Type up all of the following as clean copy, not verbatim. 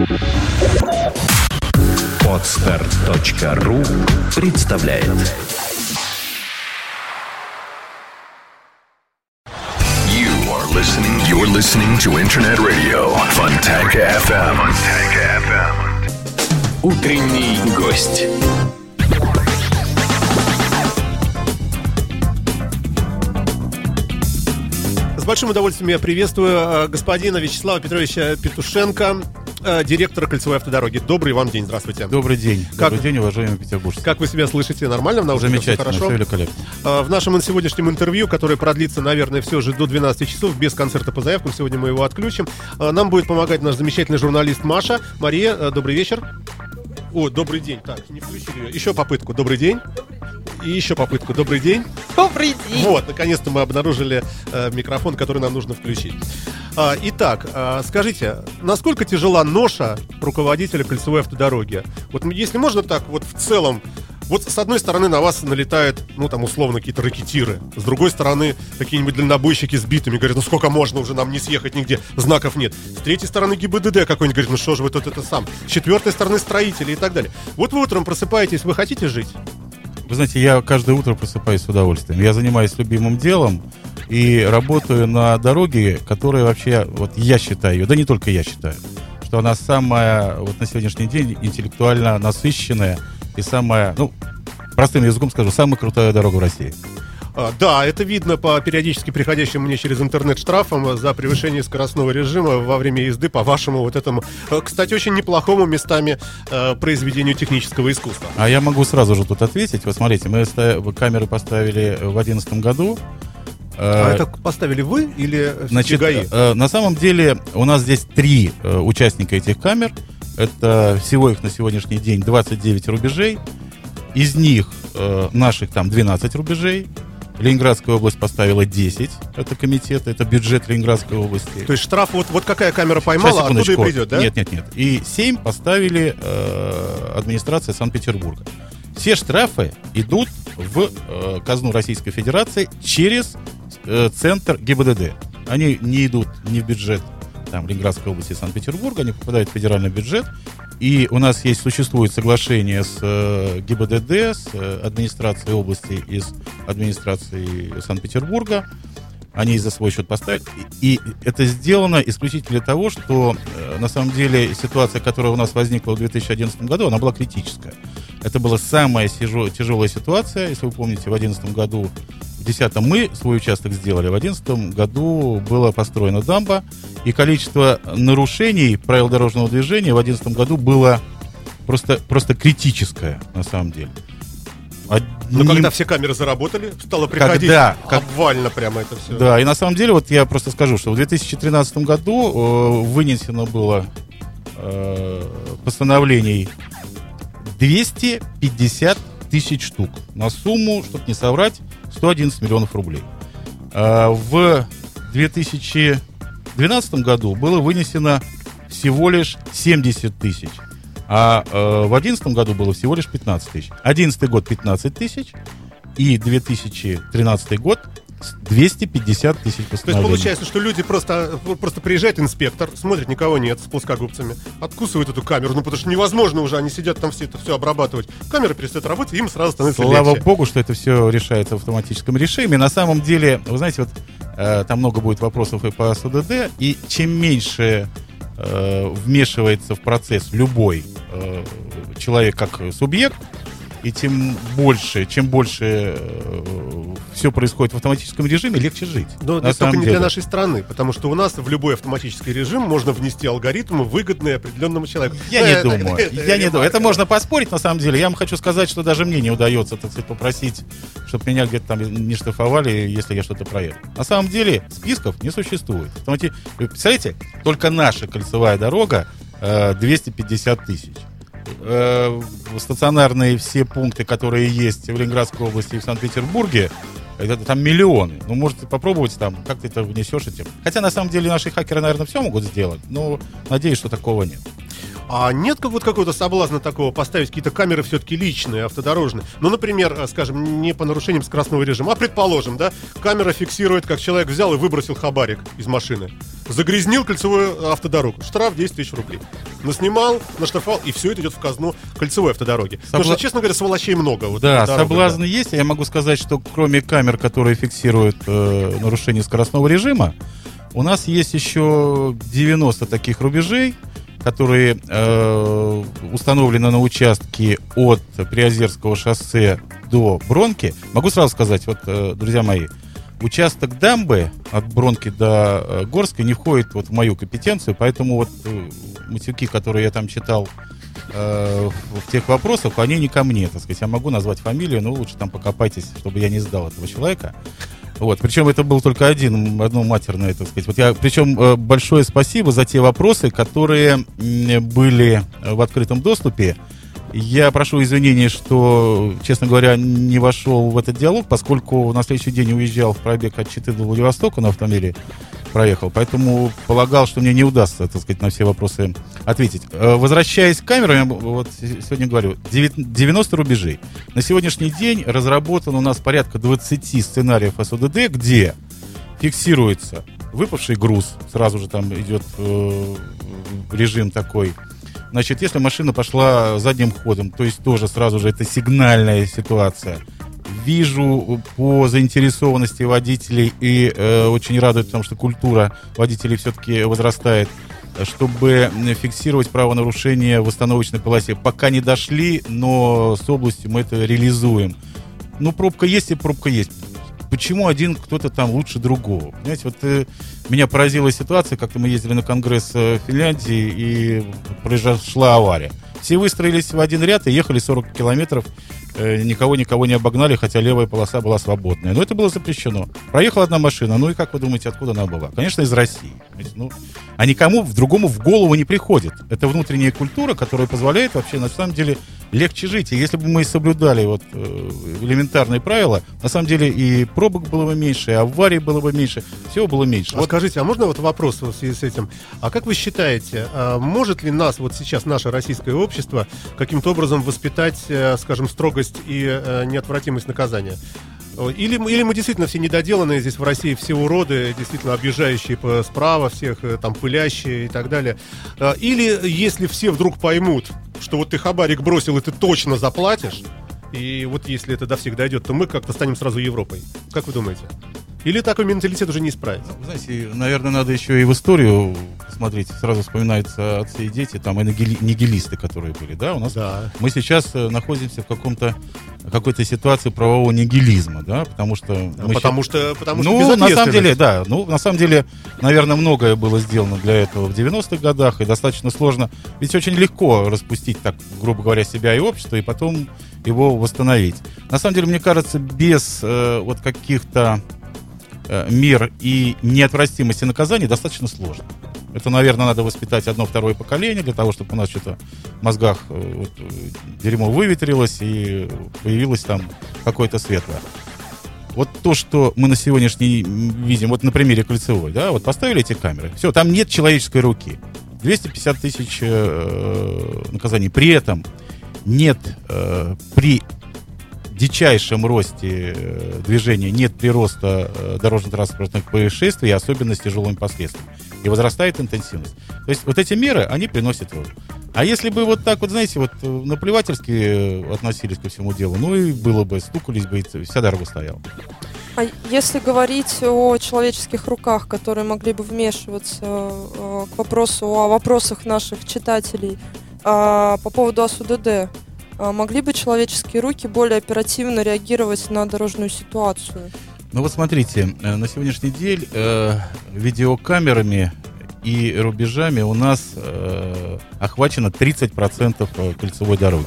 Podster.ru представляет. You're listening to Internet Radio Fontanka FM. Утренний гость. С большим удовольствием я приветствую господина Вячеслава Петровича Петушенко, директора Кольцевой автодороги. Добрый вам день, здравствуйте. Добрый день. Добрый день, уважаемые петербуржцы. Как вы себя слышите? Нормально в наушниках? Замечательно, хорошо? все великолепно. В нашем сегодняшнем интервью, которое продлится, наверное, все же до 12 часов, без концерта по заявкам, сегодня мы его отключим, нам будет помогать наш замечательный журналист Маша. Мария, добрый вечер. О, добрый день. Так, не включили ее. Еще попытку. Добрый день. И еще попытку. Добрый день. Добрый день. Вот, наконец-то мы обнаружили микрофон, который нам нужно включить. Итак, скажите, насколько тяжела ноша руководителя Кольцевой автодороги? Вот если можно так, вот в целом, вот с одной стороны на вас налетают, ну там условно какие-то ракетиры, с другой стороны какие-нибудь дальнобойщики с битами, говорят, ну сколько можно уже нам не съехать нигде, знаков нет. С третьей стороны ГИБДД какой-нибудь говорит, ну что же вы тут это сам. С четвертой стороны строители и так далее. Вот вы утром просыпаетесь, вы хотите жить? Вы знаете, я каждое утро просыпаюсь с удовольствием. Я занимаюсь любимым делом и работаю на дороге, которая вообще, вот я считаю, да не только я считаю, что она самая, вот на сегодняшний день, интеллектуально насыщенная и самая, ну, простым языком скажу, самая крутая дорога в России. Да, это видно по периодически приходящим мне через интернет штрафам за превышение скоростного режима во время езды по вашему вот этому, кстати, очень неплохому местами произведению технического искусства. А я могу сразу же тут ответить. Вот смотрите, мы камеры поставили в 2011 году. Это поставили вы или значит, ГАИ? На самом деле у нас здесь 3 участника этих камер. Это всего их на сегодняшний день 29 рубежей. Из них наших там 12 рубежей. Ленинградская область поставила 10. Это комитет, это бюджет Ленинградской области. То есть штраф, вот какая камера поймала, оттуда и придет, да? Нет. И 7 поставили администрация Санкт-Петербурга. Все штрафы идут в казну Российской Федерации через центр ГИБДД. Они не идут ни в бюджет там, Ленинградской области и Санкт-Петербурга, они попадают в федеральный бюджет. И у нас существует соглашение с ГИБДД, с администрацией области и с администрацией Санкт-Петербурга. Они за свой счет поставят. И это сделано исключительно для того, что на самом деле ситуация, которая у нас возникла в 2011 году, она была критическая. Это была самая тяжелая ситуация. Если вы помните, в 2011 году, в 2010 мы свой участок сделали, в 2011 году была построена дамба, и количество нарушений правил дорожного движения в 2011 году было просто критическое, на самом деле. Но когда все камеры заработали, стало приходить обвально прямо это все. Да, и на самом деле, вот я просто скажу, что в 2013 году вынесено было постановлений 250 тысяч штук на сумму, чтобы не соврать, 111 миллионов рублей. В 2012 году было вынесено всего лишь 70 тысяч. А в 2011 году было всего лишь 15 тысяч. 2011 год 15 тысяч и 2013 год 250 тысяч постановлений. То есть получается, что люди просто приезжает инспектор, смотрит, никого нет, с плоскогубцами, откусывают эту камеру, ну потому что невозможно уже, они сидят там все это все обрабатывать. Камера перестает работать, и им сразу становится легче. Слава богу, что это все решается в автоматическом режиме. На самом деле, вы знаете, вот там много будет вопросов и по СУДД, и чем меньше вмешивается в процесс любой человек как субъект, и чем больше все происходит в автоматическом режиме, легче жить. Но это только не для нашей страны, потому что у нас в любой автоматический режим можно внести алгоритмы, выгодные определенному человеку. Я не думаю. Это можно поспорить, на самом деле. Я вам хочу сказать, что даже мне не удается, так сказать, попросить, чтобы меня где-то там не штрафовали, если я что-то проеду. На самом деле списков не существует. Вы представляете, только наша кольцевая дорога 250 тысяч. Стационарные все пункты, которые есть в Ленинградской области и в Санкт-Петербурге, это там миллионы. Ну, можете попробовать там, как ты это внесешь этим. Хотя, на самом деле, наши хакеры, наверное, все могут сделать, но надеюсь, что такого нет. А нет вот какого-то соблазна такого поставить какие-то камеры все-таки личные, автодорожные? Ну, например, скажем, не по нарушениям скоростного режима, а предположим, да, камера фиксирует, как человек взял и выбросил хабарик из машины. Загрязнил кольцевую автодорогу. Штраф 10 тысяч рублей. Наснимал, наштрафовал, и все это идет в казну кольцевой автодороги. Потому что, честно говоря, сволочей много. Вот да, дорогах, соблазны есть. Я могу сказать, что кроме камер, которые фиксируют нарушение скоростного режима, у нас есть еще 90 таких рубежей, которые установлены на участке от Приозерского шоссе до Бронки. Могу сразу сказать, вот, друзья мои, участок дамбы от Бронки до Горской не входит вот в мою компетенцию, поэтому вот матюки, которые я там читал в тех вопросах, они не ко мне, так сказать. Я могу назвать фамилию, но лучше там покопайтесь, чтобы я не сдал этого человека. Вот, причем это был только одно матерное, так сказать. Вот причем большое спасибо за те вопросы, которые были в открытом доступе. Я прошу извинения, что, честно говоря, не вошел в этот диалог, поскольку на следующий день уезжал в пробег от Читы до Владивостока на автомобиле, проехал, поэтому полагал, что мне не удастся, так сказать, на все вопросы ответить. Возвращаясь к камерам, я вот сегодня говорю, 90 рубежей. На сегодняшний день разработано у нас порядка 20 сценариев СУДД, где фиксируется выпавший груз, сразу же там идет режим такой. Значит, если машина пошла задним ходом, то есть тоже сразу же это сигнальная ситуация. Вижу по заинтересованности водителей и очень радует, потому что культура водителей все-таки возрастает, чтобы фиксировать правонарушение в остановочной полосе. Пока не дошли, но с областью мы это реализуем. Ну, пробка есть и пробка есть. Почему один кто-то там лучше другого? Понимаете, вот меня поразила ситуация, как-то мы ездили на конгресс в Финляндии, и произошла авария. Все выстроились в один ряд и ехали 40 километров, никого не обогнали, хотя левая полоса была свободная. Но это было запрещено. Проехала одна машина, ну и как вы думаете, откуда она была? Конечно, из России. Ну, а никому другому в голову не приходит. Это внутренняя культура, которая позволяет вообще, на самом деле, легче жить. И если бы мы соблюдали вот элементарные правила, на самом деле и пробок было бы меньше, и аварий было бы меньше, всего было меньше. Вот скажите, а можно вот вопрос в связи с этим? А как вы считаете, может ли нас вот сейчас наше российское общество каким-то образом воспитать, скажем, строгость и неотвратимость наказания? Или мы действительно все недоделанные здесь в России, все уроды, действительно объезжающие справа всех, там пылящие и так далее. Или если все вдруг поймут, что вот ты хабарик бросил и ты точно заплатишь, и вот если это до всех дойдет, то мы как-то станем сразу Европой. Как вы думаете? Или такой менталитет уже не исправить? Знаете, наверное, надо еще и в историю смотреть. Сразу вспоминаются отцы и дети, там и нигилисты, которые были, да? У нас мы сейчас находимся в какой-то ситуации правового нигилизма, да? Потому что на самом деле, да. Ну, на самом деле, наверное, многое было сделано для этого в 90-х годах, и достаточно сложно. Ведь очень легко распустить, так, грубо говоря, себя и общество, и потом его восстановить. На самом деле, мне кажется, без вот каких-то мер и неотвратимости наказаний достаточно сложно. Это, наверное, надо воспитать одно-второе поколение для того, чтобы у нас что-то в мозгах дерьмо выветрилось и появилось там какое-то светлое. Вот то, что мы на сегодняшний видим, вот на примере Кольцевой, да, вот поставили эти камеры, все, там нет человеческой руки. 250 тысяч наказаний. При этом нет при дичайшем росте движения, нет прироста дорожно-транспортных происшествий, особенно с тяжелыми последствиями. И возрастает интенсивность. То есть вот эти меры, они приносят рост. А если бы вот так вот, знаете, вот наплевательски относились ко всему делу, ну и было бы, стукались бы, и вся дорога стояла. А если говорить о человеческих руках, которые могли бы вмешиваться к вопросу о вопросах наших читателей по поводу АСУДД, могли бы человеческие руки более оперативно реагировать на дорожную ситуацию? Ну вот смотрите, на сегодняшний день видеокамерами и рубежами у нас охвачено 30% кольцевой дороги.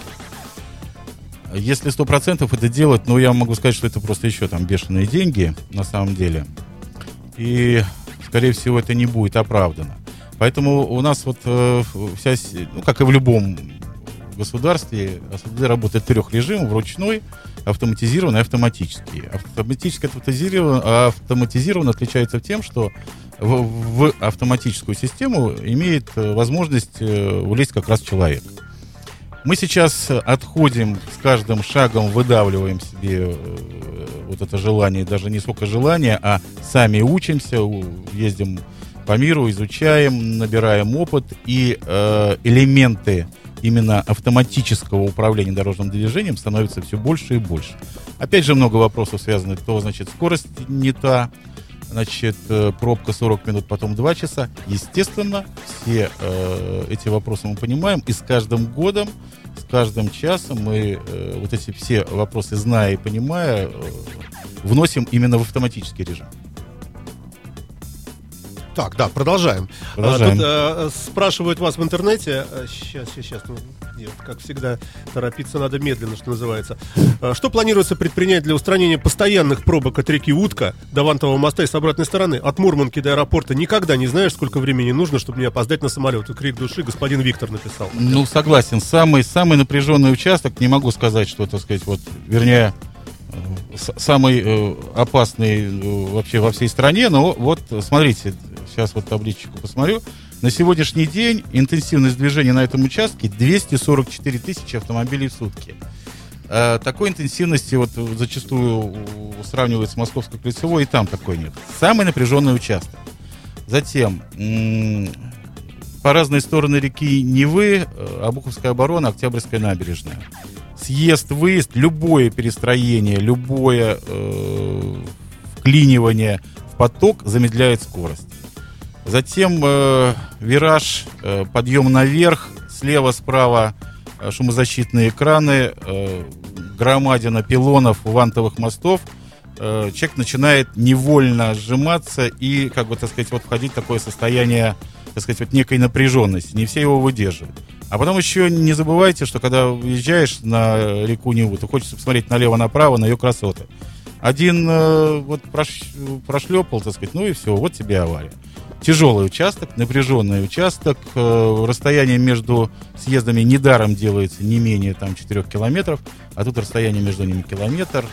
Если 100% это делать, ну я могу сказать, что это просто еще там бешеные деньги на самом деле. И, скорее всего, это не будет оправдано. Поэтому у нас вот вся, ну как и в любом в государстве АСУДД работает в 3 режимах: ручной, автоматизированный и автоматический. Автоматически автоматизированно отличается тем, что в автоматическую систему имеет возможность влезть как раз человек. Мы сейчас отходим с каждым шагом, выдавливаем себе вот это желание, даже не сколько желание, а сами учимся, ездим по миру, изучаем, набираем опыт, и элементы именно автоматического управления дорожным движением становятся все больше и больше. Опять же, много вопросов связанных, то, значит, скорость не та, значит, пробка 40 минут, потом 2 часа. Естественно, все эти вопросы мы понимаем, и с каждым годом, с каждым часом мы вот эти все вопросы, зная и понимая, вносим именно в автоматический режим. Так, да, продолжаем. Тут спрашивают вас в интернете. Сейчас. Нет, как всегда, торопиться надо медленно, что называется. Что планируется предпринять для устранения постоянных пробок от реки Утка до Вантового моста и с обратной стороны? От Мурманки до аэропорта никогда не знаешь, сколько времени нужно, чтобы не опоздать на самолет. И крик души господин Виктор написал. Ну, согласен. Самый напряженный участок, не могу сказать, что, так сказать, вот, вернее, самый опасный вообще во всей стране. Но вот, смотрите, сейчас вот табличку посмотрю. На сегодняшний день интенсивность движения на этом участке 244 тысячи автомобилей в сутки. Такой интенсивности вот зачастую сравнивают с Московской кольцевой, и там такой нет. Самый напряженный участок. Затем по разные стороны реки Невы, Обуховская оборона, Октябрьская набережная. Съезд-выезд, любое перестроение, любое вклинивание в поток замедляет скорость. Затем вираж, подъем наверх, слева-справа шумозащитные экраны, громадина пилонов, вантовых мостов. Человек начинает невольно сжиматься и, как бы, так сказать, вот входить в такое состояние, так сказать, вот некой напряженности. Не все его выдерживают. А потом еще не забывайте, что когда въезжаешь на реку Неву, ты хочешь посмотреть налево-направо на ее красоты. Один вот прошлепал, так сказать, ну и все, вот тебе авария. Тяжелый участок, напряженный участок, расстояние между съездами недаром делается не менее там 4 километров, а тут расстояние между ними километр.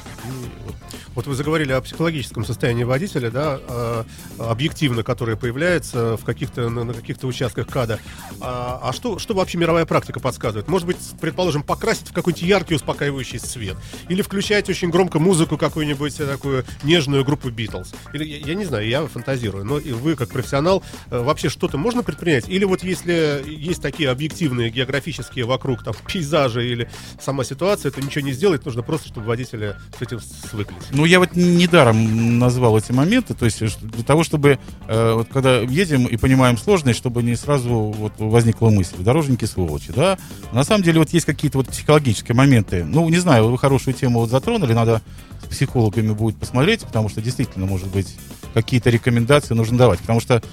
Вот вы заговорили о психологическом состоянии водителя, да, объективно, которое появляется на каких-то участках КАДа. А что вообще мировая практика подсказывает? Может быть, предположим, покрасить в какой-нибудь яркий успокаивающий цвет? Или включать очень громко музыку какую-нибудь такую нежную группу Битлз? Или, я не знаю, я фантазирую, но и вы, как профессионал, вообще что-то можно предпринять? Или вот если есть такие объективные географические вокруг там пейзажи или сама ситуация, то ничего не сделать, нужно просто, чтобы водители с этим свыклись. Ну, я вот недаром назвал эти моменты, то есть для того, чтобы, вот когда едем и понимаем сложность, чтобы не сразу вот возникла мысль, дорожники сволочи, да. На самом деле вот есть какие-то вот психологические моменты. Ну, не знаю, вы хорошую тему вот затронули, надо с психологами будет посмотреть, потому что действительно, может быть, какие-то рекомендации нужно давать, потому что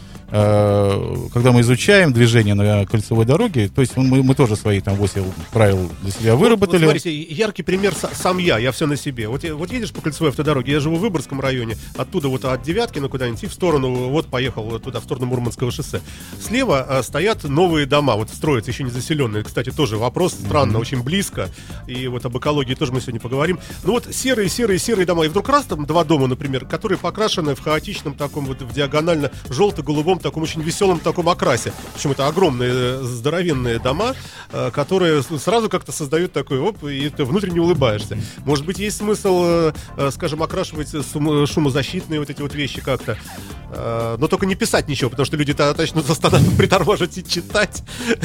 когда мы изучаем движение на кольцевой дороге, то есть мы тоже свои там 8 правил для себя выработали. Вот смотрите, яркий пример сам я все на себе. Вот едешь по кольцевой автодороге, я живу в Выборгском районе, оттуда вот от Девяткина куда-нибудь и в сторону, вот поехал туда, в сторону Мурманского шоссе. Слева стоят новые дома, вот строятся, еще не заселенные. Кстати, тоже вопрос, странно, очень близко, и вот об экологии тоже мы сегодня поговорим. Ну вот серые дома, и вдруг раз там 2 дома, например, которые покрашены в хаотичном таком вот, в диагонально желто-голубом таком очень веселом таком окрасе. Причем это огромные, здоровенные дома, которые сразу как-то создают такой, и ты внутренне улыбаешься. Может быть, есть смысл, скажем, окрашивать шумозащитные вот эти вот вещи как-то, но только не писать ничего, потому что люди начнут останавливать, притормаживать и читать.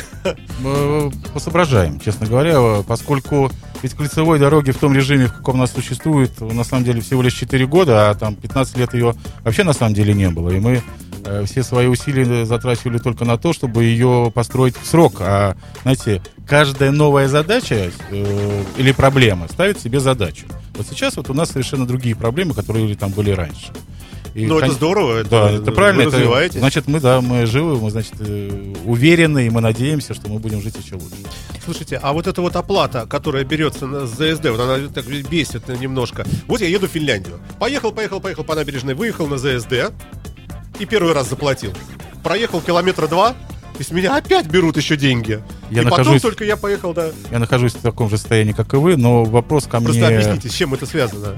Посоображаем, честно говоря, поскольку ведь кольцевой дороги в том режиме, в каком у нас существует, на самом деле всего лишь 4 года, а там 15 лет ее вообще на самом деле не было, и мы все свои усилия затрачивали только на то, чтобы ее построить в срок. А, знаете, каждая новая задача или проблема ставит себе задачу. Вот сейчас вот у нас совершенно другие проблемы, которые там были раньше. Ну, это здорово, это правильно. Вы развиваетесь. Значит, мы живы, мы, значит, уверены, и мы надеемся, что мы будем жить еще лучше. Слушайте, а вот эта вот оплата, которая берется с ЗСД, вот она так бесит немножко. Вот я еду в Финляндию. Поехал по набережной, выехал на ЗСД и первый раз заплатил. Проехал 2 километра, И с меня опять берут еще деньги. Потом только я поехал, да. Я нахожусь в таком же состоянии, как и вы, но вопрос ко мне... Просто объясните, с чем это связано?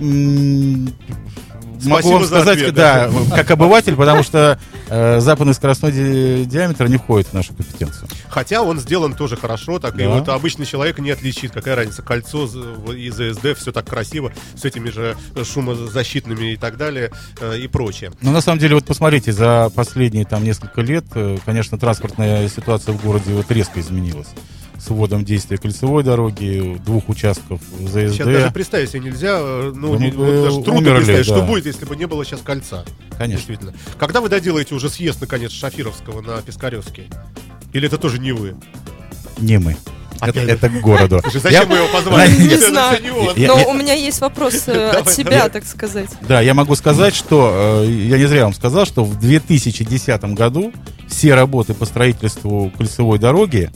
Могу вам сказать, ответ, да, как обыватель, потому что западный скоростной диаметр не входит в нашу компетенцию. Хотя он сделан тоже хорошо, так, да. И вот обычный человек не отличит, какая разница, кольцо и ЗСД, все так красиво, с этими же шумозащитными и так далее, и прочее. Ну, на самом деле, вот посмотрите, за последние там несколько лет, конечно, транспортная ситуация в городе вот резко изменилась. С вводом действия кольцевой дороги, 2 участков ЗСД. Сейчас даже представить себе нельзя, даже трудно представить, что будет, если бы не было сейчас кольца. Конечно. Действительно. Когда вы доделаете уже съезд, наконец, с Шафировского на Пискаревский? Или это тоже не вы? Не мы. Это к городу. Зачем мы его позвали? Не знаю. Но у меня есть вопрос от себя, так сказать. Да, я могу сказать, что я не зря вам сказал, что в 2010 году все работы по строительству кольцевой дороги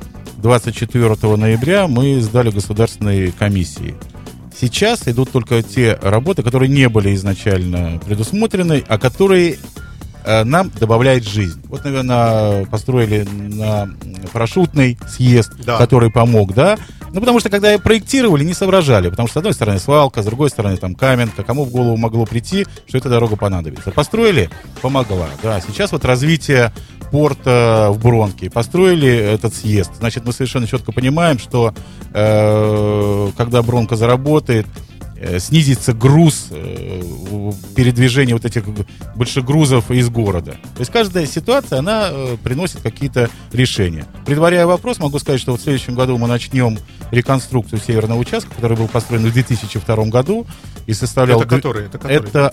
24 ноября мы сдали государственной комиссии. Сейчас идут только те работы, которые не были изначально предусмотрены, а которые нам добавляет жизнь. Вот, наверное, построили на парашютный съезд, да, который помог, да. Ну, потому что, когда проектировали, не соображали. Потому что, с одной стороны, свалка, с другой стороны, там, каменка. Кому в голову могло прийти, что эта дорога понадобится. Построили, помогла, да. Сейчас вот развитие порта в Бронке. Построили этот съезд. Значит, мы совершенно четко понимаем, что когда Бронка заработает, снизится груз передвижения вот этих больших грузов из города. То есть каждая ситуация, она приносит какие-то решения. Предваряя вопрос, могу сказать, что вот в следующем году мы начнем реконструкцию северного участка, который был построен в 2002 году и составлял... Это который? Это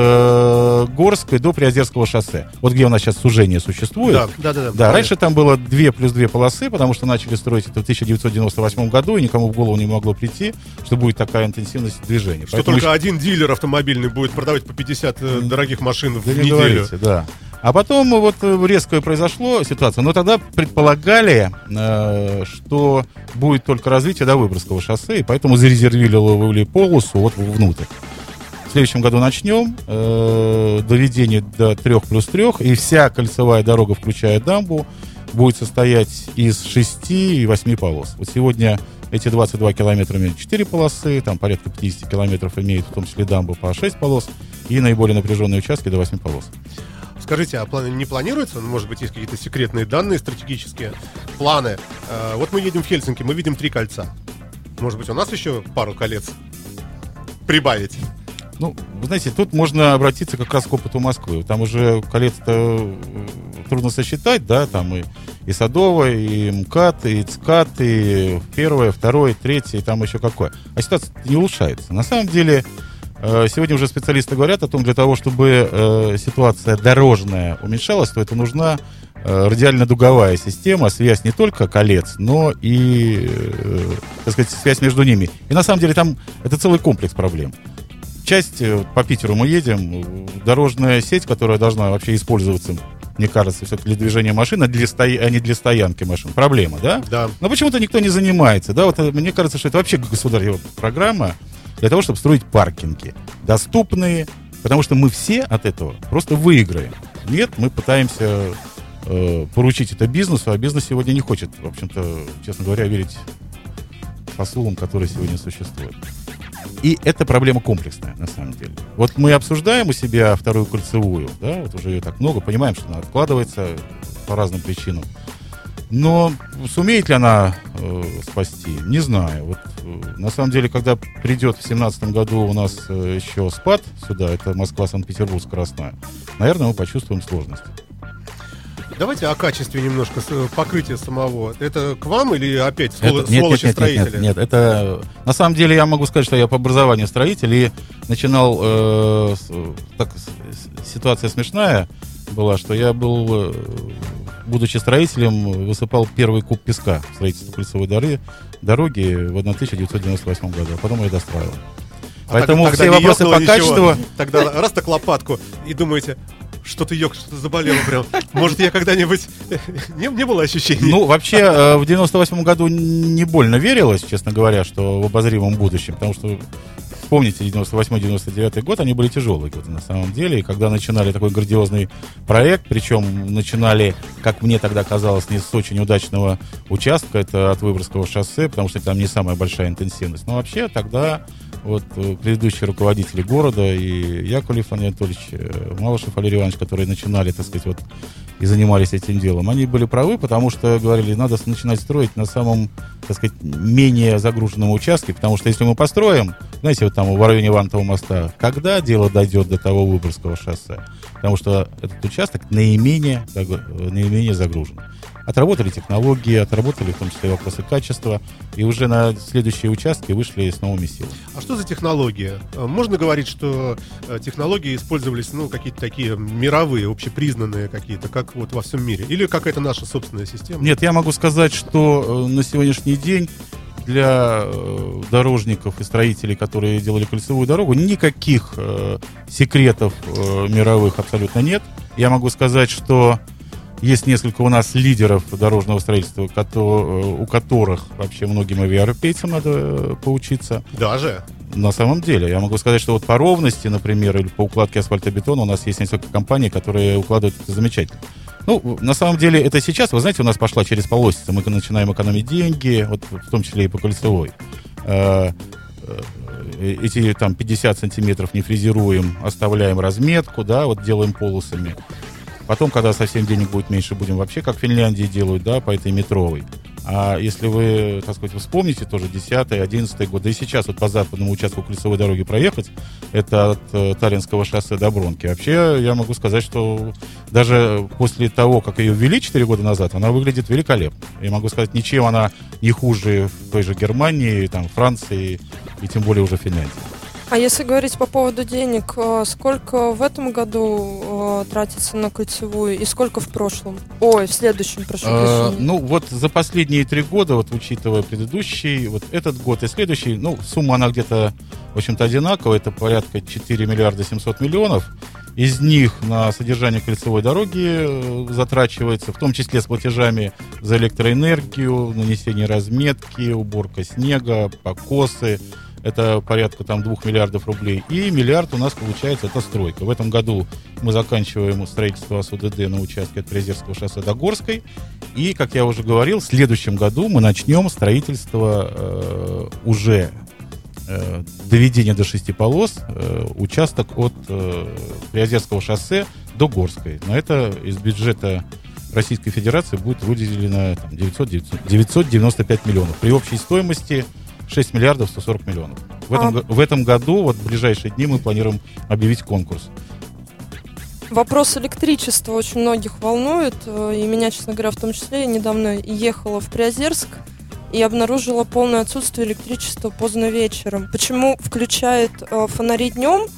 от Горской до Приозерского шоссе. Вот где у нас сейчас сужение существует. Да, раньше там было 2 плюс 2 полосы, потому что начали строить это в 1998 году, и никому в голову не могло прийти, что будет такая интенсивность движения. Что поэтому только один дилер автомобильный будет продавать по 50 дорогих машин в неделю. Говорите, да. А потом вот резко произошло ситуация. Но тогда предполагали, что будет только развитие до Выборгского шоссе, и поэтому зарезервировали полосу вот внутрь. В следующем году начнем доведение до 3 плюс 3, и вся кольцевая дорога, включая дамбу, будет состоять из 6 и 8 полос. Вот сегодня эти 22 километра имеют 4 полосы, там порядка 50 километров имеют в том числе дамбу по 6 полос, и наиболее напряженные участки до 8 полос. Скажите, а не планируется? Может быть, есть какие-то секретные данные, стратегические планы? Вот мы едем в Хельсинки, мы видим 3 кольца. Может быть, у нас еще пару колец прибавить? Ну, вы знаете, тут можно обратиться как раз к опыту Москвы. Там уже колец-то трудно сосчитать, да, там и Садовое, и МКАД, и ЦКАД, и 1, 2, 3, и там еще какое. А ситуация не улучшается. На самом деле, сегодня уже специалисты говорят о том, для того, чтобы ситуация дорожная уменьшалась, то это нужна радиально-дуговая система, связь не только колец, но и, так сказать, связь между ними. И на самом деле там это целый комплекс проблем. Часть, по Питеру мы едем, дорожная сеть, которая должна вообще использоваться, мне кажется, все-таки для движения машин, а не для стоянки машин. Проблема, да? Да. Но почему-то никто не занимается, да? Вот мне кажется, что это вообще государственная программа для того, чтобы строить паркинги доступные, потому что мы все от этого просто выиграем. Нет, мы пытаемся поручить это бизнесу, а бизнес сегодня не хочет, в общем-то, честно говоря, верить посулам, которые сегодня существуют. И это проблема комплексная, на самом деле. Вот мы обсуждаем у себя 2-ю кольцевую, да, вот уже ее так много, понимаем, что она откладывается по разным причинам. Но сумеет ли она спасти? Не знаю. Вот, на самом деле, когда придет в 2017 году у нас еще СПАД сюда, это Москва-Санкт-Петербург скоростная, наверное, мы почувствуем сложности. Давайте о качестве немножко покрытия самого. Это к вам или опять сволочи-строители? Нет, это... На самом деле я могу сказать, что я по образованию строитель и начинал... ситуация смешная была, что я был, будучи строителем, высыпал первый куб песка в строительстве кольцевой дороги в 1998 году, а потом я достраивал. Поэтому тогда все вопросы по качеству... Тогда раз так лопатку и думаете... Что-то заболело прям. Может, я когда-нибудь... Не было ощущений? Ну, вообще, в 98 году не больно верилось, честно говоря, что в обозримом будущем, потому что вспомните 98-99 год, они были тяжелые годы на самом деле. И когда начинали такой грандиозный проект, причем начинали, как мне тогда казалось, не с очень удачного участка, это от Выборгского шоссе, потому что там не самая большая интенсивность. Но вообще тогда вот предыдущие руководители города и Яковлев Анатольевич, Малышев Валерий Иванович, которые начинали, так сказать, вот и занимались этим делом, они были правы, потому что говорили, надо начинать строить на самом, так сказать, менее загруженном участке, потому что если мы построим, знаете, вот там в районе Вантового моста, когда дело дойдет до того Выборгского шоссе? Потому что этот участок наименее загружен. Отработали технологии, отработали в том числе вопросы качества, и уже на следующие участки вышли с новыми силами. А что за технологии? Можно говорить, что технологии использовались, какие-то такие мировые, общепризнанные какие-то, как вот во всем мире? Или какая-то наша собственная система? Нет, я могу сказать, что на сегодняшний день для дорожников и строителей, которые делали кольцевую дорогу, никаких секретов мировых абсолютно нет. Я могу сказать, что есть несколько у нас лидеров дорожного строительства, у которых вообще многим европейцам надо поучиться. Даже? На самом деле. Я могу сказать, что вот по ровности, например, или по укладке асфальтобетона у нас есть несколько компаний, которые укладывают это замечательно. На самом деле, это сейчас, вы знаете, у нас пошла через полосица. Мы начинаем экономить деньги, вот, в том числе и по кольцевой. Эти там 50 сантиметров не фрезеруем, оставляем разметку, да, вот делаем полосами. Потом, когда совсем денег будет меньше, будем вообще, как в Финляндии делают, да, по этой метровой. А если вы, так сказать, вспомните тоже 10-11 год, да и сейчас вот по западному участку кольцевой дороги проехать, это от Таллинского шоссе до Бронки. Вообще, я могу сказать, что даже после того, как ее ввели 4 года назад, она выглядит великолепно. Я могу сказать, ничем она не хуже в той же Германии, там, Франции и тем более уже Финляндии. А если говорить по поводу денег, сколько в этом году тратится на кольцевую и сколько в прошлом? В следующем, прошу прощения. Вот за последние 3 года, вот учитывая предыдущий, вот этот год и следующий, сумма она где-то, в общем-то, одинаковая, это порядка 4 миллиарда 700 миллионов. Из них на содержание кольцевой дороги затрачивается, в том числе с платежами за электроэнергию, нанесение разметки, уборка снега, покосы. Это порядка 2 миллиардов рублей. И миллиард у нас получается, это стройка. В этом году мы заканчиваем строительство АСУ-ДД на участке от Приозерского шоссе до Горской. И, как я уже говорил, в следующем году мы начнем строительство уже доведения до 6 полос, участок от Приозерского шоссе до Горской. На это из бюджета Российской Федерации будет выделено 995 миллионов. При общей стоимости 6 миллиардов 140 миллионов. В этом году, вот в ближайшие дни, мы планируем объявить конкурс. Вопрос электричества очень многих волнует. И меня, честно говоря, в том числе. Я недавно ехала в Приозерск и обнаружила полное отсутствие электричества поздно вечером. Почему включают фонари днем,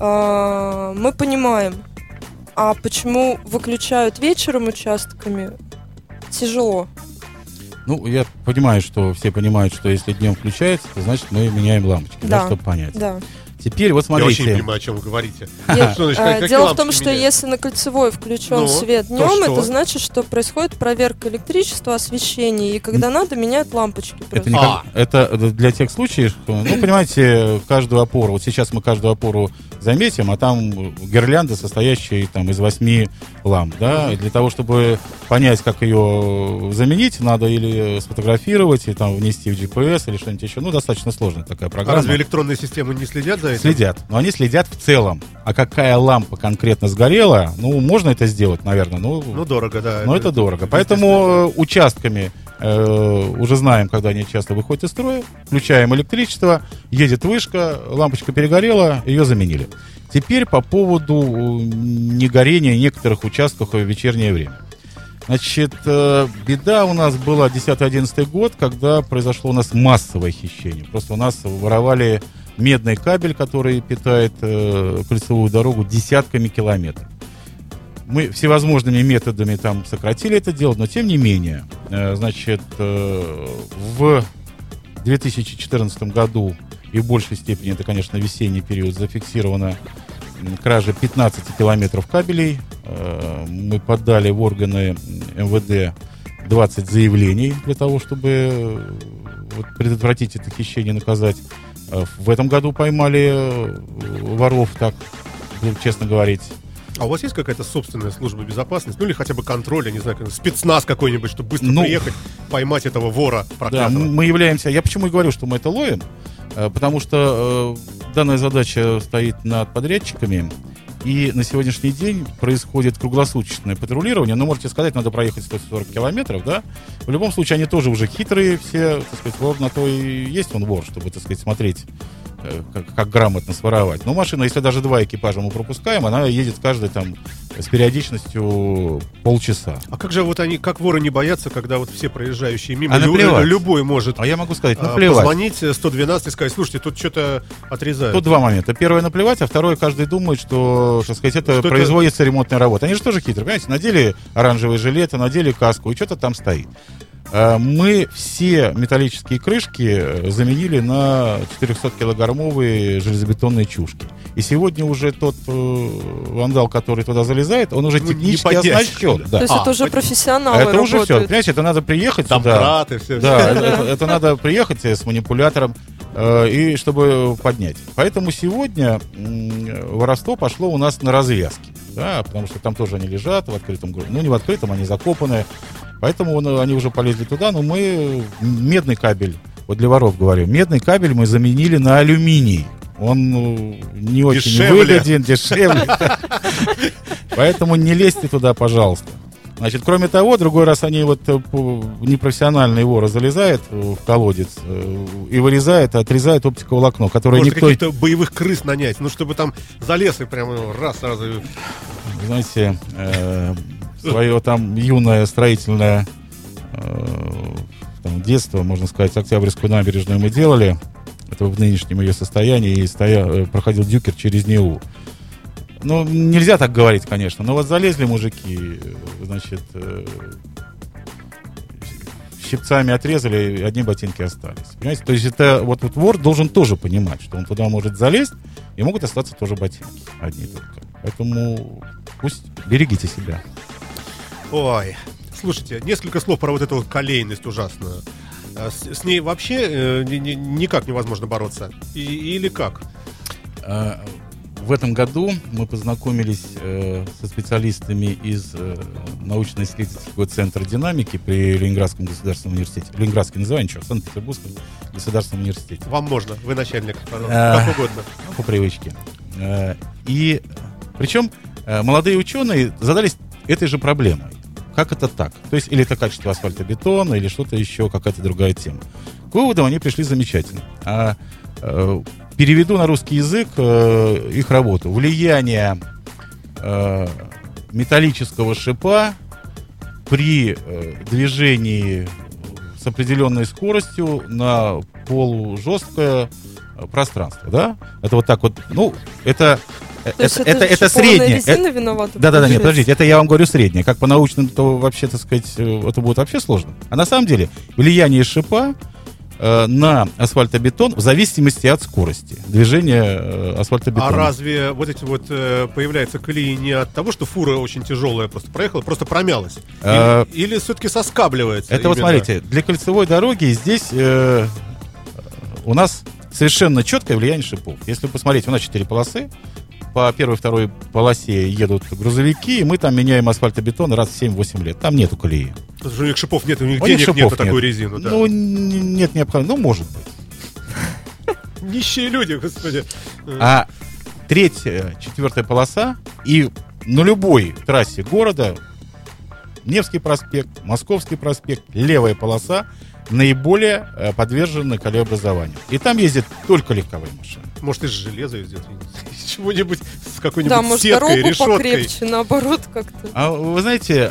мы понимаем. А почему выключают вечером участками, тяжело. Я понимаю, что все понимают, что если днем включается, то значит мы меняем лампочки, чтобы понять. Да. Теперь вот смотрите. Я очень не понимаю, о чем вы говорите. Дело в том, что если на кольцевой включен свет днем, это значит, что происходит проверка электричества, освещения, и когда надо, меняют лампочки. Это для тех случаев, понимаете, каждую опору, вот сейчас мы каждую опору заметим, а там гирлянда, состоящая из 8 ламп, да, и для того, чтобы понять, как ее заменить, надо или сфотографировать, и внести в GPS, или что-нибудь еще, достаточно сложная такая программа. Разве электронные системы не следят за этим? Следят, но они следят в целом. А какая лампа конкретно сгорела, можно это сделать, наверное. Дорого, да. Но это дорого. Поэтому участками уже знаем, когда они часто выходят из строя, включаем электричество, едет вышка, лампочка перегорела, ее заменили. Теперь по поводу негорения некоторых участков в вечернее время. Значит, беда у нас была 10-11 год, когда произошло у нас массовое хищение. Просто у нас воровали медный кабель, который питает кольцевую дорогу десятками километров. Мы всевозможными методами сократили это дело, но тем не менее, значит, в 2014 году и в большей степени, это, конечно, весенний период, зафиксировано кража 15 километров кабелей. Мы подали в органы МВД 20 заявлений для того, чтобы предотвратить это хищение, наказать. В этом году поймали воров, так, честно говорить. А у вас есть какая-то собственная служба безопасности? Ну или хотя бы контроль, я не знаю, спецназ какой-нибудь, чтобы быстро приехать, поймать этого вора проклятого? Да, мы являемся... Я почему и говорю, что мы это ловим, потому что данная задача стоит над подрядчиками, и на сегодняшний день происходит круглосуточное патрулирование. Ну, можете сказать, надо проехать 140 километров, да? В любом случае, они тоже уже хитрые все, так сказать, вор на то и есть он вор, чтобы, так сказать, смотреть, как грамотно своровать. Но машина, если даже 2 экипажа мы пропускаем, она едет каждый там с периодичностью полчаса. А как же вот они, как воры не боятся, когда вот все проезжающие мимо, любой может я могу сказать, наплевать. Позвонить 112 и сказать, слушайте, тут что-то отрезают. Тут 2 момента. Первое наплевать, а второе, каждый думает, что, так сказать, это производится ремонтная работа. Они же тоже хитрые, понимаете? Надели оранжевые жилеты, надели каску, и что-то там стоит. Мы все металлические крышки заменили на 400-килограммовые железобетонные чушки. И сегодня уже тот вандал, который туда залезает, он уже технически оснащен. Да. То есть это уже профессионалы это работают. уже все. Понимаете, это надо приехать сюда. Все. Да, это надо приехать с манипулятором, и чтобы поднять. Поэтому сегодня воровство пошло у нас на развязке. Да, потому что там тоже они лежат в открытом грунте. Ну, не в открытом, они закопаны. Поэтому они уже полезли туда, но мы медный кабель, вот для воров говорю, медный кабель мы заменили на алюминий. Он не очень выгоден, дешевле. Поэтому не лезьте туда, пожалуйста. Значит, кроме того, другой раз они вот непрофессиональные воры залезают в колодец и вырезают, отрезают оптиковолокно, которое может, никто... каких-то боевых крыс нанять, ну, чтобы там залез и прямо раз сразу... Знаете, свое там юное строительное детство, можно сказать, Октябрьскую набережную мы делали. Это в нынешнем ее состоянии. И проходил дюкер через Неву. Ну, нельзя так говорить, конечно. Но вот залезли мужики, значит, щипцами отрезали, и одни ботинки остались. Понимаете? То есть это вот вор должен тоже понимать, что он туда может залезть, и могут остаться тоже ботинки одни только. Поэтому пусть берегите себя. Ой, слушайте, несколько слов про вот эту вот колейность ужасную. С ней вообще никак невозможно бороться? Или как? В этом году мы познакомились со специалистами из научно-исследовательского центра динамики при Ленинградском государственном университете. Ленинградский называю, ничего, Санкт-Петербургском государственном университете. Вам можно, вы начальник, как угодно. По привычке. И причем молодые ученые задались этой же проблемой. Как это так? То есть, или это качество асфальтобетона, или что-то еще, какая-то другая тема. К выводам они пришли замечательно. Переведу на русский язык их работу. Влияние металлического шипа при движении с определенной скоростью на полужесткое пространство. Да? Это вот так вот. Ну, это среднее. Резина виновата? Да, нет, подождите, это я вам говорю среднее. Как по научному, то вообще, так сказать, это будет вообще сложно. А на самом деле влияние шипа на асфальтобетон в зависимости от скорости движения асфальтобетона. А разве вот эти вот появляются колеи не от того, что фура очень тяжелая просто проехала, просто промялась? Или все-таки соскабливается? Это вот смотрите, для кольцевой дороги здесь у нас совершенно четкое влияние шипов. Если посмотреть, у нас 4 полосы. По первой и второй полосе едут грузовики, и мы там меняем асфальтобетон раз в 7-8 лет. Там нету колеи. Потому что у них шипов нет, у них денег нет на такую резину. Да. Ну, нет необходимости. Ну, может быть. Нищие люди, господи. А 3-я, 4-я полоса, и на любой трассе города, Невский проспект, Московский проспект, левая полоса, наиболее подвержены колеобразованию. И там ездят только легковые машины. Может, из железа ездят? Чего-нибудь с какой-нибудь да, может, сеткой, решеткой. покрепче, наоборот, как-то. А вы знаете,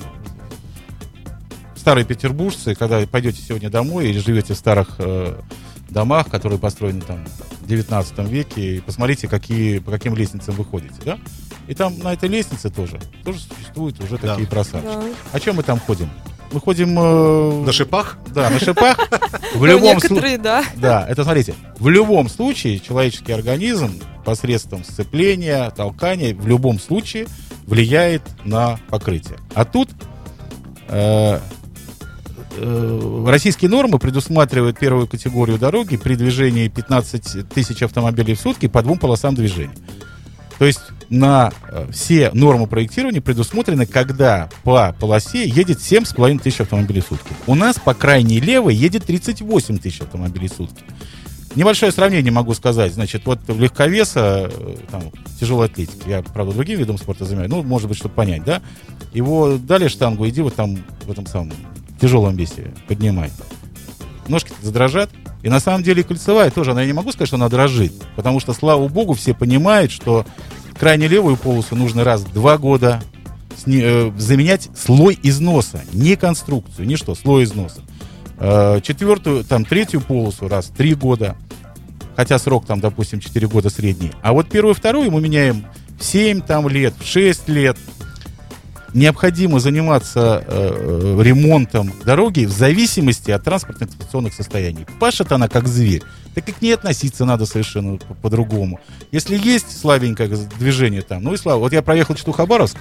старые петербуржцы, когда пойдете сегодня домой или живете в старых домах, которые построены там в 19 веке, и посмотрите, по каким лестницам вы ходите, да? И там на этой лестнице тоже существуют уже такие просадки. Да. О чем мы там ходим? Мы ходим... на шипах? Да, на шипах. В любом некоторые, да. Да, это, смотрите, в любом случае человеческий организм посредством сцепления, толкания, в любом случае влияет на покрытие. А тут российские нормы предусматривают первую категорию дороги при движении 15 тысяч автомобилей в сутки по 2 полосам движения. То есть на все нормы проектирования предусмотрены, когда по полосе едет 7,5 тысяч автомобилей в сутки. У нас по крайней левой едет 38 тысяч автомобилей в сутки. Небольшое сравнение могу сказать. Значит, вот легковеса, там, тяжелой атлетики, я, правда, другим видом спорта занимаюсь, ну, может быть, чтобы понять, да, его дали штангу, иди вот там в этом самом тяжелом весе поднимай. Ножки задрожат. И на самом деле кольцевая тоже, я не могу сказать, что она дрожит, потому что, слава богу, все понимают, что крайне левую полосу нужно раз в 2 года заменять слой износа, не конструкцию, не что, слой износа. Четвертую, там, третью полосу раз в 3 года, хотя срок там, допустим, 4 года средний. А вот первую и вторую мы меняем в 7 там, лет, в 6 лет. Необходимо заниматься ремонтом дороги в зависимости от транспортно-эксплуатационных состояний. Пашет она как зверь, так и к ней относиться надо совершенно по-другому. Если есть слабенькое движение там, ну и слава. Вот я проехал Читу-Хабаровск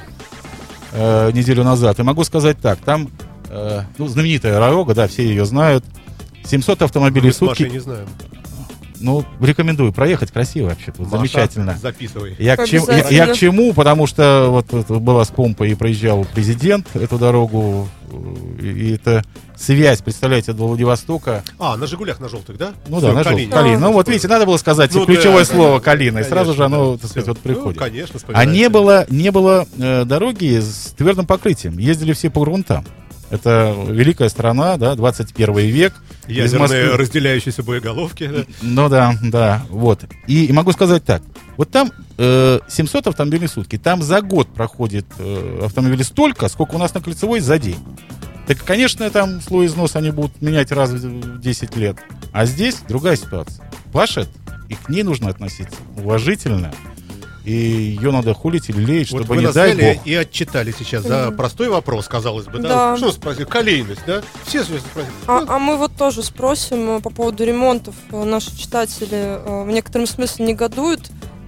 неделю назад, и могу сказать так, там ну, знаменитая дорога, да, все ее знают, 700 автомобилей в сутки. Мы с Машей не знаем. Ну, рекомендую проехать, красиво вообще, вот, замечательно. Записывай. Я к чему, потому что вот была с помпой и проезжал президент эту дорогу, и это связь, представляете, до Владивостока. На «Жигулях» на желтых, да? Ну да, на желтых, Калина. Ну вот видите, надо было сказать ключевое слово «Калина», и сразу же оно, так сказать, вот приходит. Ну, конечно, а не было дороги с твердым покрытием, ездили все по грунтам. Это великая страна, да, 21 век. Ядерные разделяющиеся боеголовки. Да? Ну да, вот. И могу сказать так. Вот там 700 автомобилей в сутки. Там за год проходит автомобилей столько, сколько у нас на Кольцевой за день. Так, конечно, там слой износа они будут менять раз в 10 лет. А здесь другая ситуация. Пашет, и к ней нужно относиться уважительно. И ее надо хулить или леять, чтобы, вот не дай бог. И отчитали сейчас за простой вопрос, казалось бы, да? Да. Что спросили? Колейность, да? Все спросили. А мы вот тоже спросим по поводу ремонтов. Наши читатели в некотором смысле негодуют.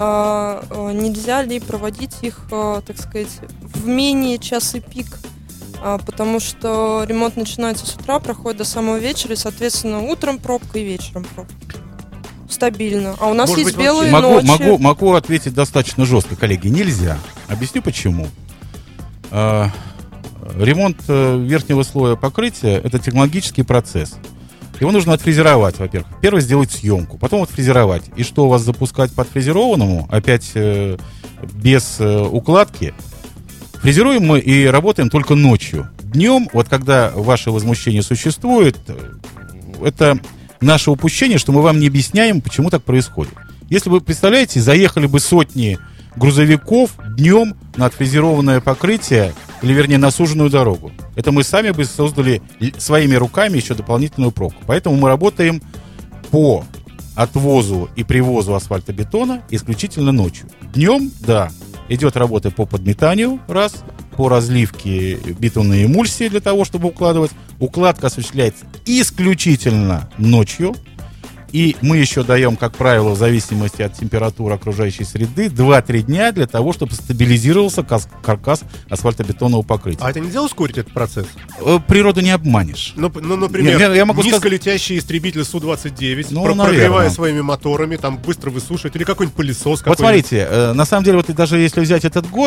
Нельзя ли проводить их, так сказать, в менее часы пик? Потому что ремонт начинается с утра, проходит до самого вечера, и, соответственно, утром пробка и вечером пробка. Стабильно. А у нас может есть быть, белые ночи. Могу ответить достаточно жестко, коллеги. Нельзя. Объясню почему. Ремонт верхнего слоя покрытия – это технологический процесс. Его нужно отфрезеровать, во-первых. Первое – сделать съемку, потом отфрезеровать. И что у вас запускать по отфрезерованному, опять без укладки. Фрезеруем мы и работаем только ночью. Днем, вот когда ваше возмущение существует, это наше упущение, что мы вам не объясняем, почему так происходит. Если вы, представляете, заехали бы сотни грузовиков днем на отфрезерованное покрытие, или, вернее, на суженную дорогу. Это мы сами бы создали своими руками еще дополнительную пробку. Поэтому мы работаем по отвозу и привозу асфальтобетона исключительно ночью. Днем, да, идет работа по подметанию, раз, по разливке битумной эмульсии для того, чтобы укладывать. Укладка осуществляется исключительно ночью. И мы еще даем, как правило, в зависимости от температуры окружающей среды, 2-3 дня для того, чтобы стабилизировался каркас асфальтобетонного покрытия. А это нельзя ускорить этот процесс? Природу не обманешь. Ну, например, я могу низколетящий истребитель Су-29, прогревая своими моторами, там быстро высушивает, или какой-нибудь пылесос. Вот смотрите, на самом деле, вот даже если взять этот год,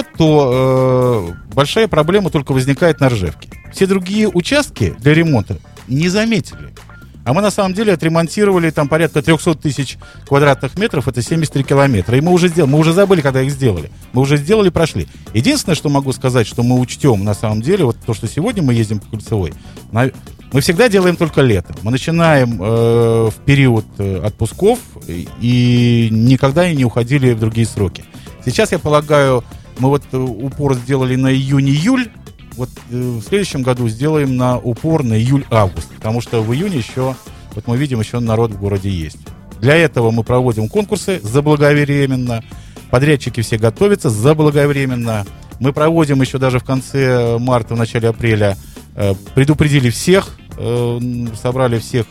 то большая проблема только возникает на Ржевке. Все другие участки для ремонта не заметили. А мы на самом деле отремонтировали там порядка 300 тысяч квадратных метров, это 73 километра. И мы уже сделали, мы уже забыли, когда их сделали. Мы уже сделали, прошли. Единственное, что могу сказать, что мы учтем на самом деле, вот то, что сегодня мы ездим по Кольцевой, мы всегда делаем только летом. Мы начинаем в период отпусков и никогда не уходили в другие сроки. Сейчас, я полагаю, мы вот упор сделали на июнь-июль. Вот в следующем году сделаем на упор на июль-август, потому что в июне еще, вот мы видим, еще народ в городе есть. Для этого мы проводим конкурсы заблаговременно, подрядчики все готовятся заблаговременно. Мы проводим еще даже в конце марта, в начале апреля, предупредили всех, собрали все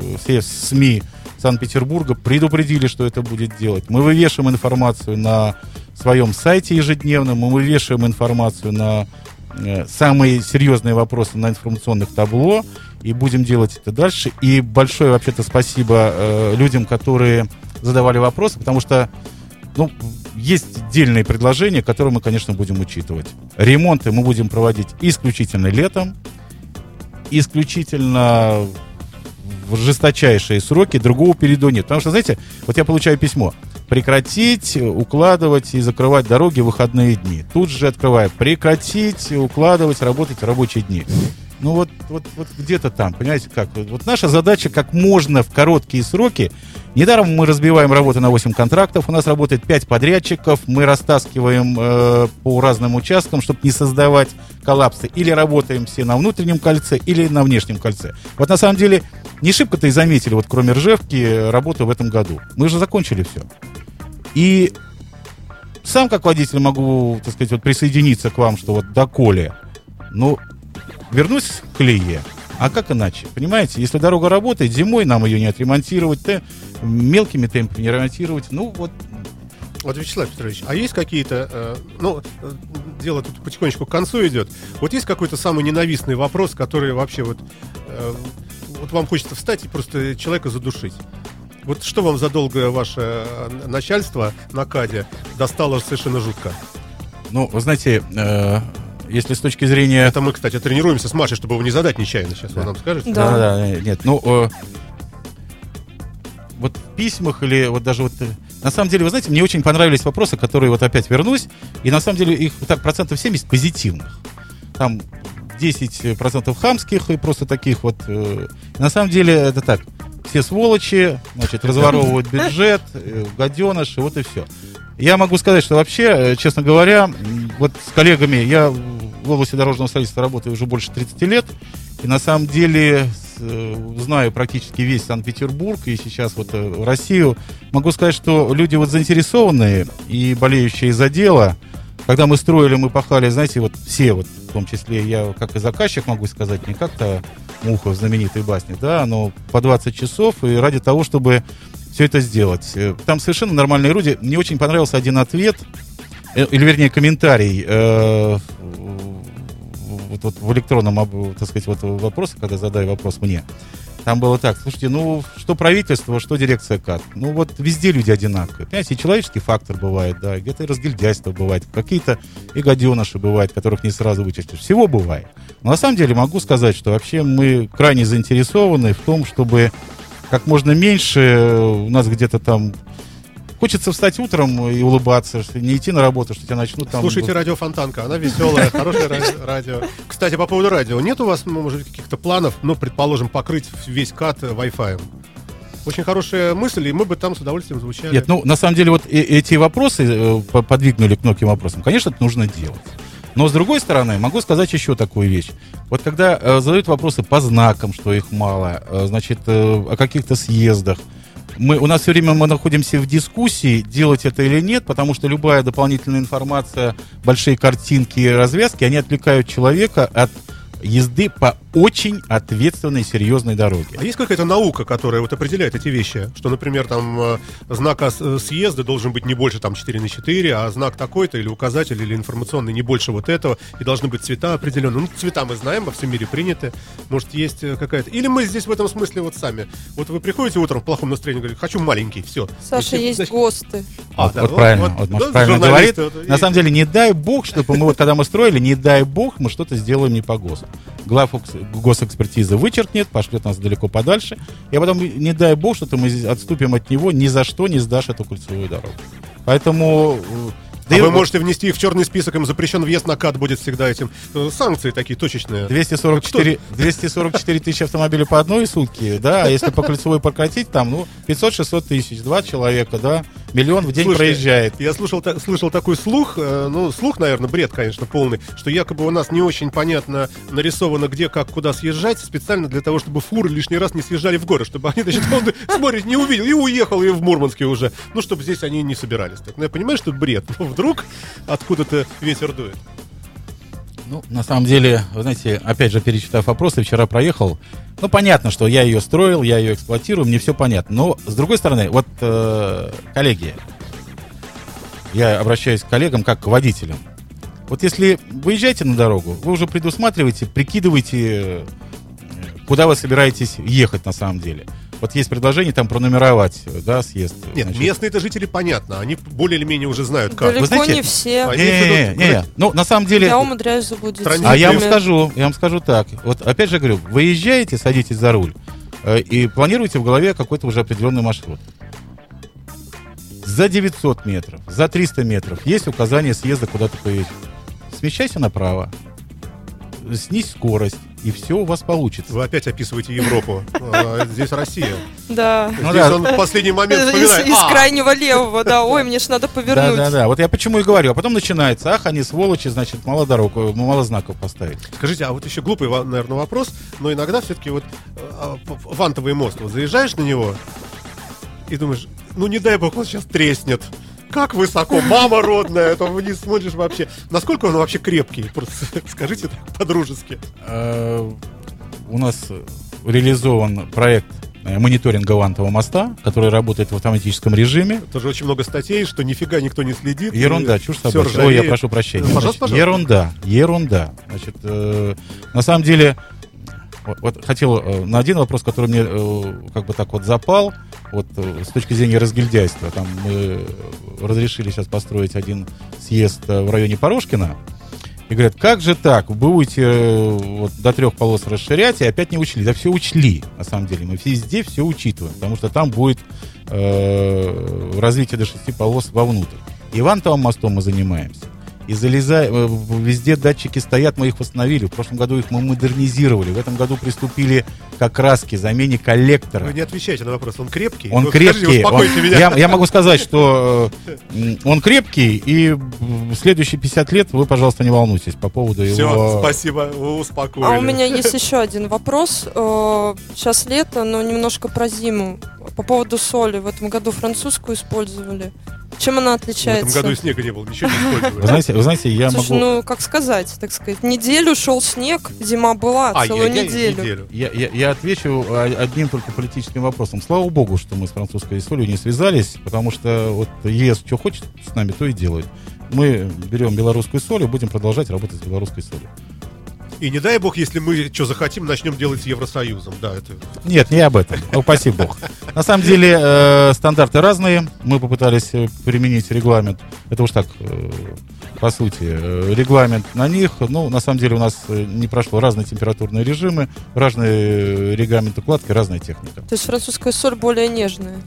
СМИ Санкт-Петербурга, предупредили, что это будет делать. Мы вывешиваем информацию на своем сайте ежедневном, мы вывешиваем информацию на самые серьезные вопросы на информационных табло, и будем делать это дальше. И большое вообще-то спасибо людям, которые задавали вопросы, потому что есть отдельные предложения, которые мы, конечно, будем учитывать. Ремонты мы будем проводить исключительно летом, исключительно в жесточайшие сроки, другого периода нет. Потому что, знаете, вот я получаю письмо: прекратить укладывать и закрывать дороги в выходные дни. Тут же открываю: прекратить укладывать, работать в рабочие дни. Вот где-то там, понимаете, как? Вот наша задача как можно в короткие сроки. Недаром мы разбиваем работу на 8 контрактов, у нас работает 5 подрядчиков, мы растаскиваем по разным участкам, чтобы не создавать коллапсы. Или работаем все на внутреннем кольце, или на внешнем кольце. Вот на самом деле не шибко-то и заметили, вот кроме Ржевки, работу в этом году. Мы же закончили все. И сам как водитель могу, так сказать, вот присоединиться к вам, что вот доколе, вернусь к колее. А как иначе? Понимаете, если дорога работает, зимой нам ее не отремонтировать, мелкими темпами не ремонтировать. Вот, Вячеслав Петрович, а есть какие-то, дело тут потихонечку к концу идет, вот есть какой-то самый ненавистный вопрос, который вообще вот вам хочется встать и просто человека задушить? Вот что вам за долгое ваше начальство на КАДе достало совершенно жутко? Вы знаете, если с точки зрения... Это мы, кстати, тренируемся с Машей, чтобы его не задать нечаянно. Сейчас вы нам скажете? Да, нет. Вот в письмах или вот даже вот... На самом деле, вы знаете, мне очень понравились вопросы, которые вот опять вернусь, и на самом деле их так 70% позитивных. Там 10% хамских и просто таких вот... На самом деле это так. Все сволочи, разворовывают бюджет, гаденыши, вот и все. Я могу сказать, что вообще, честно говоря, вот с коллегами, я в области дорожного строительства работаю уже больше 30 лет, и на самом деле знаю практически весь Санкт-Петербург и сейчас вот Россию. Могу сказать, что люди вот заинтересованные и болеющие за дело. Когда мы строили, мы пахали, знаете, вот все, вот, в том числе я как и заказчик могу сказать, не как-то Муха в знаменитой басне, да, но по 20 часов и ради того, чтобы все это сделать. Там совершенно нормальные люди. Мне очень понравился один ответ, или вернее комментарий вот в электронном, так сказать, вот вопросе, когда задаю вопрос мне. Там было так: слушайте, что правительство, что дирекция КАД. Вот везде люди одинаковые. Понимаете, и человеческий фактор бывает, да, где-то и разгильдяйство бывает, какие-то и гаденыши бывают, которых не сразу вычислишь. Всего бывает. Но на самом деле могу сказать, что вообще мы крайне заинтересованы в том, чтобы как можно меньше у нас где-то там... Хочется встать утром и улыбаться, не идти на работу, что тебя начнут там... Слушайте радио Фонтанка, она веселая, хорошее радио. Кстати, по поводу радио, нет у вас, может быть, каких-то планов, предположим, покрыть весь КАД Wi-Fi? Очень хорошая мысль, и мы бы там с удовольствием звучали. Нет, на самом деле, вот эти вопросы подвигнули к многим вопросам. Конечно, это нужно делать. Но, с другой стороны, могу сказать еще такую вещь. Вот когда задают вопросы по знакам, что их мало, о каких-то съездах, у нас все время мы находимся в дискуссии, делать это или нет, потому что любая дополнительная информация, большие картинки и развязки, они отвлекают человека от езды по очень ответственной, серьезной дороге. А есть какая-то наука, которая вот определяет эти вещи? Что, например, там знак съезда должен быть не больше там 4:4, а знак такой-то или указатель, или информационный не больше вот этого, и должны быть цвета определенные. Цвета мы знаем, во всем мире приняты. Может, есть какая-то... Или мы здесь в этом смысле вот сами. Вот вы приходите утром в плохом настроении и говорите: хочу маленький, все. Саша, есть ГОСТы. Правильно, Маша правильно говорит. На самом деле, не дай бог, чтобы мы когда мы строили, не дай бог, мы что-то сделаем не по ГОСТу. Глав госэкспертизы вычеркнет, пошлет нас далеко подальше, и потом, не дай бог, что-то мы отступим от него, ни за что не сдашь эту кольцевую дорогу. Поэтому... вы можете внести их в черный список, им запрещен въезд на КАД будет всегда этим. Санкции такие точечные. 244 тысячи автомобилей по одной сутки, да, а если по кольцевой прокатить, там, 500-600 тысяч, 2 человека, да, миллион в день проезжает. Я слышал такой слух, слух, наверное, бред, конечно, полный, что якобы у нас не очень понятно нарисовано, где, как, куда съезжать, специально для того, чтобы фуры лишний раз не съезжали в горы, чтобы они, он смотрит, не увидел, и уехал, и в Мурманске уже, чтобы здесь они не собирались. Так, я понимаю, что бред, вдруг откуда-то ветер дует. На самом деле, вы знаете, опять же, перечитав вопросы, вчера проехал. Понятно, что я ее строил, я ее эксплуатирую, мне все понятно. Но, с другой стороны, вот, коллеги, я обращаюсь к коллегам как к водителям. Вот если выезжаете на дорогу, вы уже предусматриваете, прикидываете, куда вы собираетесь ехать на самом деле. Вот есть предложение там пронумеровать, да, съезд. Нет, значит. местные-то жители, понятно, они более или менее уже знают, как. Далеко Вы знаете, не все. Не. Ну, на самом деле... Я умудряюсь заблудиться. Транзитные. А я вам скажу так. Вот опять же говорю, выезжаете, садитесь за руль и планируете в голове какой-то уже определенный маршрут. За 900 метров, за 300 метров есть указание съезда, куда ты поедешь. Смещайся направо, снизь скорость, и все у вас получится. Вы опять описываете Европу. Здесь Россия. Да. Здесь он в последний момент вспоминает. Из крайнего левого, да. Ой, мне ж надо повернуть. Да. Вот я почему и говорю. А потом начинается, ах, они сволочи, значит, мало дорог, мало знаков поставить. Скажите, а вот еще глупый, наверное, вопрос, но иногда все-таки вот Вантовый мост, вот заезжаешь на него и думаешь, ну не дай бог он сейчас треснет. Как высоко, мама родная, там вниз смотришь вообще. Насколько он вообще крепкий? Просто скажите так по-дружески. У нас реализован проект мониторинга Вантового моста, который работает в автоматическом режиме. Тоже очень много статей, что нифига никто не следит. Ерунда, чушь собачья. Ой, я прошу прощения. Пожалуйста. Ерунда. Значит, на самом деле, вот хотел на один вопрос, который мне как бы так вот запал, вот с точки зрения разгильдяйства. Там мы разрешили сейчас построить один съезд в районе Порошкина. И говорят, как же так, вы будете вот до 3 полос расширять, и опять не учли. Да все учли, на самом деле. Мы везде все учитываем, потому что там будет развитие до 6 полос вовнутрь. И Вантовым мостом мы занимаемся. И везде датчики стоят, мы их восстановили. В прошлом году их мы модернизировали. В этом году приступили к окраске, замене коллектора. Вы не отвечаете на вопрос, он крепкий? Он крепкий. Я могу сказать, что он крепкий, и в следующие 50 лет вы, пожалуйста, не волнуйтесь по поводу его... Все, спасибо, вы успокоили. А у меня есть еще один вопрос. Сейчас лето, но немножко про зиму. По поводу соли. В этом году французскую использовали. Чем она отличается? В этом году и снега не было, ничего не использовали. Вы знаете, я Слушай, могу... ну, как сказать, так сказать, неделю шел снег, зима была, целую неделю. Я отвечу одним только политическим вопросом. Слава богу, что мы с французской солью не связались, потому что вот ЕС что хочет с нами, то и делает. Мы берем белорусскую соль и будем продолжать работать с белорусской солью. И не дай бог, если мы что захотим, начнем делать с Евросоюзом. Да, это... Нет, не об этом. Упаси бог. На самом деле стандарты разные. Мы попытались применить регламент. Это уж так, по сути, регламент на них. Ну, на самом деле у нас не прошло разные температурные режимы, разные регламенты укладки, разная техника. То есть французская соль более нежная?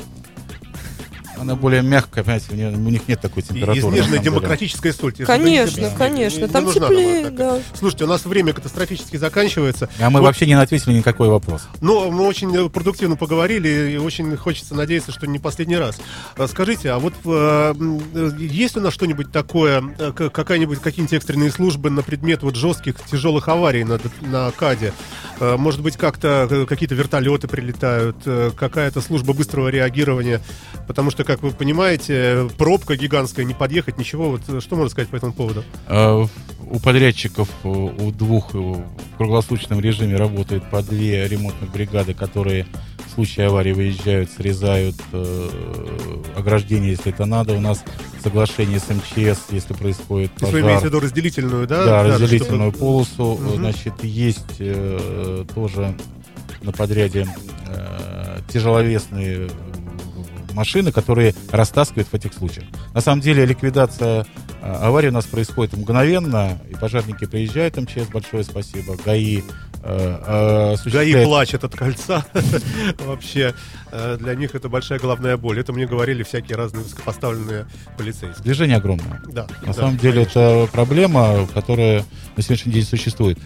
Она более мягкая, понимаете, у них нет такой температуры. И нежная демократическая соль. Конечно, там теплее, да. Слушайте, у нас время катастрофически заканчивается. А мы вообще не ответили ни на какой вопрос. Ну, мы очень продуктивно поговорили, и очень хочется надеяться, что не последний раз. Скажите, а вот есть у нас что-нибудь такое, какие-нибудь экстренные службы на предмет вот жестких, тяжелых аварий на КАДе? Может быть, как-то какие-то вертолеты прилетают, какая-то служба быстрого реагирования? Потому что, как вы понимаете, пробка гигантская, не подъехать, ничего. Вот что можно сказать по этому поводу? У подрядчиков, у двух в круглосуточном режиме работают по 2 ремонтных бригады, которые в случае аварии выезжают, срезают ограждение, если это надо. У нас соглашение с МЧС, если происходит пожар. Вы имеете в виду разделительную, да? Да, разделительную полосу. Значит, есть тоже на подряде тяжеловесные машины, которые растаскивают в этих случаях. На самом деле ликвидация аварии у нас происходит мгновенно, и пожарники приезжают, МЧС, большое спасибо, ГАИ ГАИ плачет от кольца. Вообще, для них это большая головная боль. Это мне говорили всякие разные высокопоставленные полицейские. Движение огромное. Да. На самом деле это проблема, которая на сегодняшний день существует.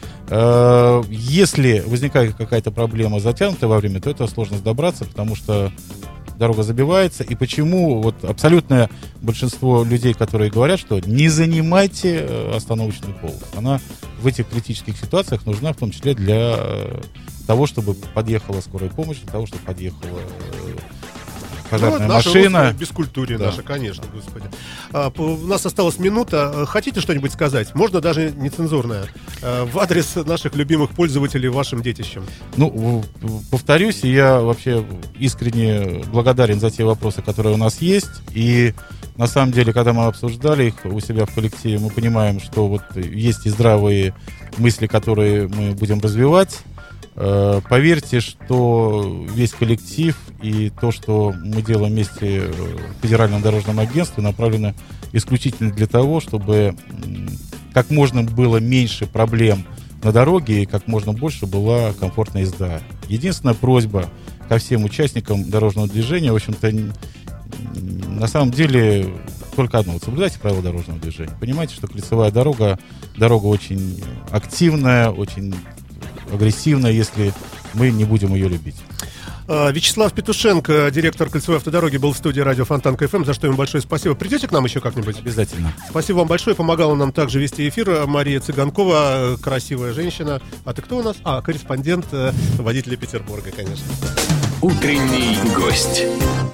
Если возникает какая-то проблема затянутая во время, то это сложно добраться, потому что дорога забивается. И почему вот абсолютное большинство людей, которые говорят, что не занимайте остановочную полосу, она в этих критических ситуациях нужна в том числе для того, чтобы подъехала скорая помощь, для того, чтобы подъехала пожарная машина. Бескультурье наша, конечно, господи. У нас осталась минута. Хотите что-нибудь сказать? Можно даже нецензурное. В адрес наших любимых пользователей вашим детищем. Ну, повторюсь, я вообще искренне благодарен за те вопросы, которые у нас есть. И На самом деле, когда мы обсуждали их у себя в коллективе, мы понимаем, что вот есть и здравые мысли, которые мы будем развивать. Поверьте, что весь коллектив и то, что мы делаем вместе в Федеральном дорожном агентстве, направлено исключительно для того, чтобы как можно было меньше проблем на дороге и как можно больше была комфортная езда. Единственная просьба ко всем участникам дорожного движения, в общем-то, на самом деле только одно. Вот соблюдайте правила дорожного движения. Понимаете, что кольцевая дорога очень активная, очень агрессивная, если мы не будем ее любить. Вячеслав Петушенко, директор кольцевой автодороги, был в студии радио Фонтанка ФМ, за что ему большое спасибо. Придете к нам еще как-нибудь? Обязательно. Спасибо вам большое. Помогала нам также вести эфир Мария Цыганкова, красивая женщина. А ты кто у нас? Корреспондент водителя Петербурга, конечно. Утренний гость.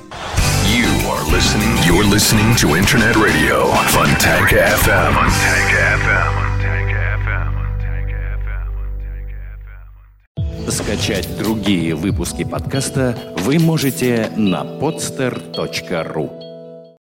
You're listening to Internet Radio Fontanka FM. Скачать другие выпуски подкаста вы можете на podster.ru.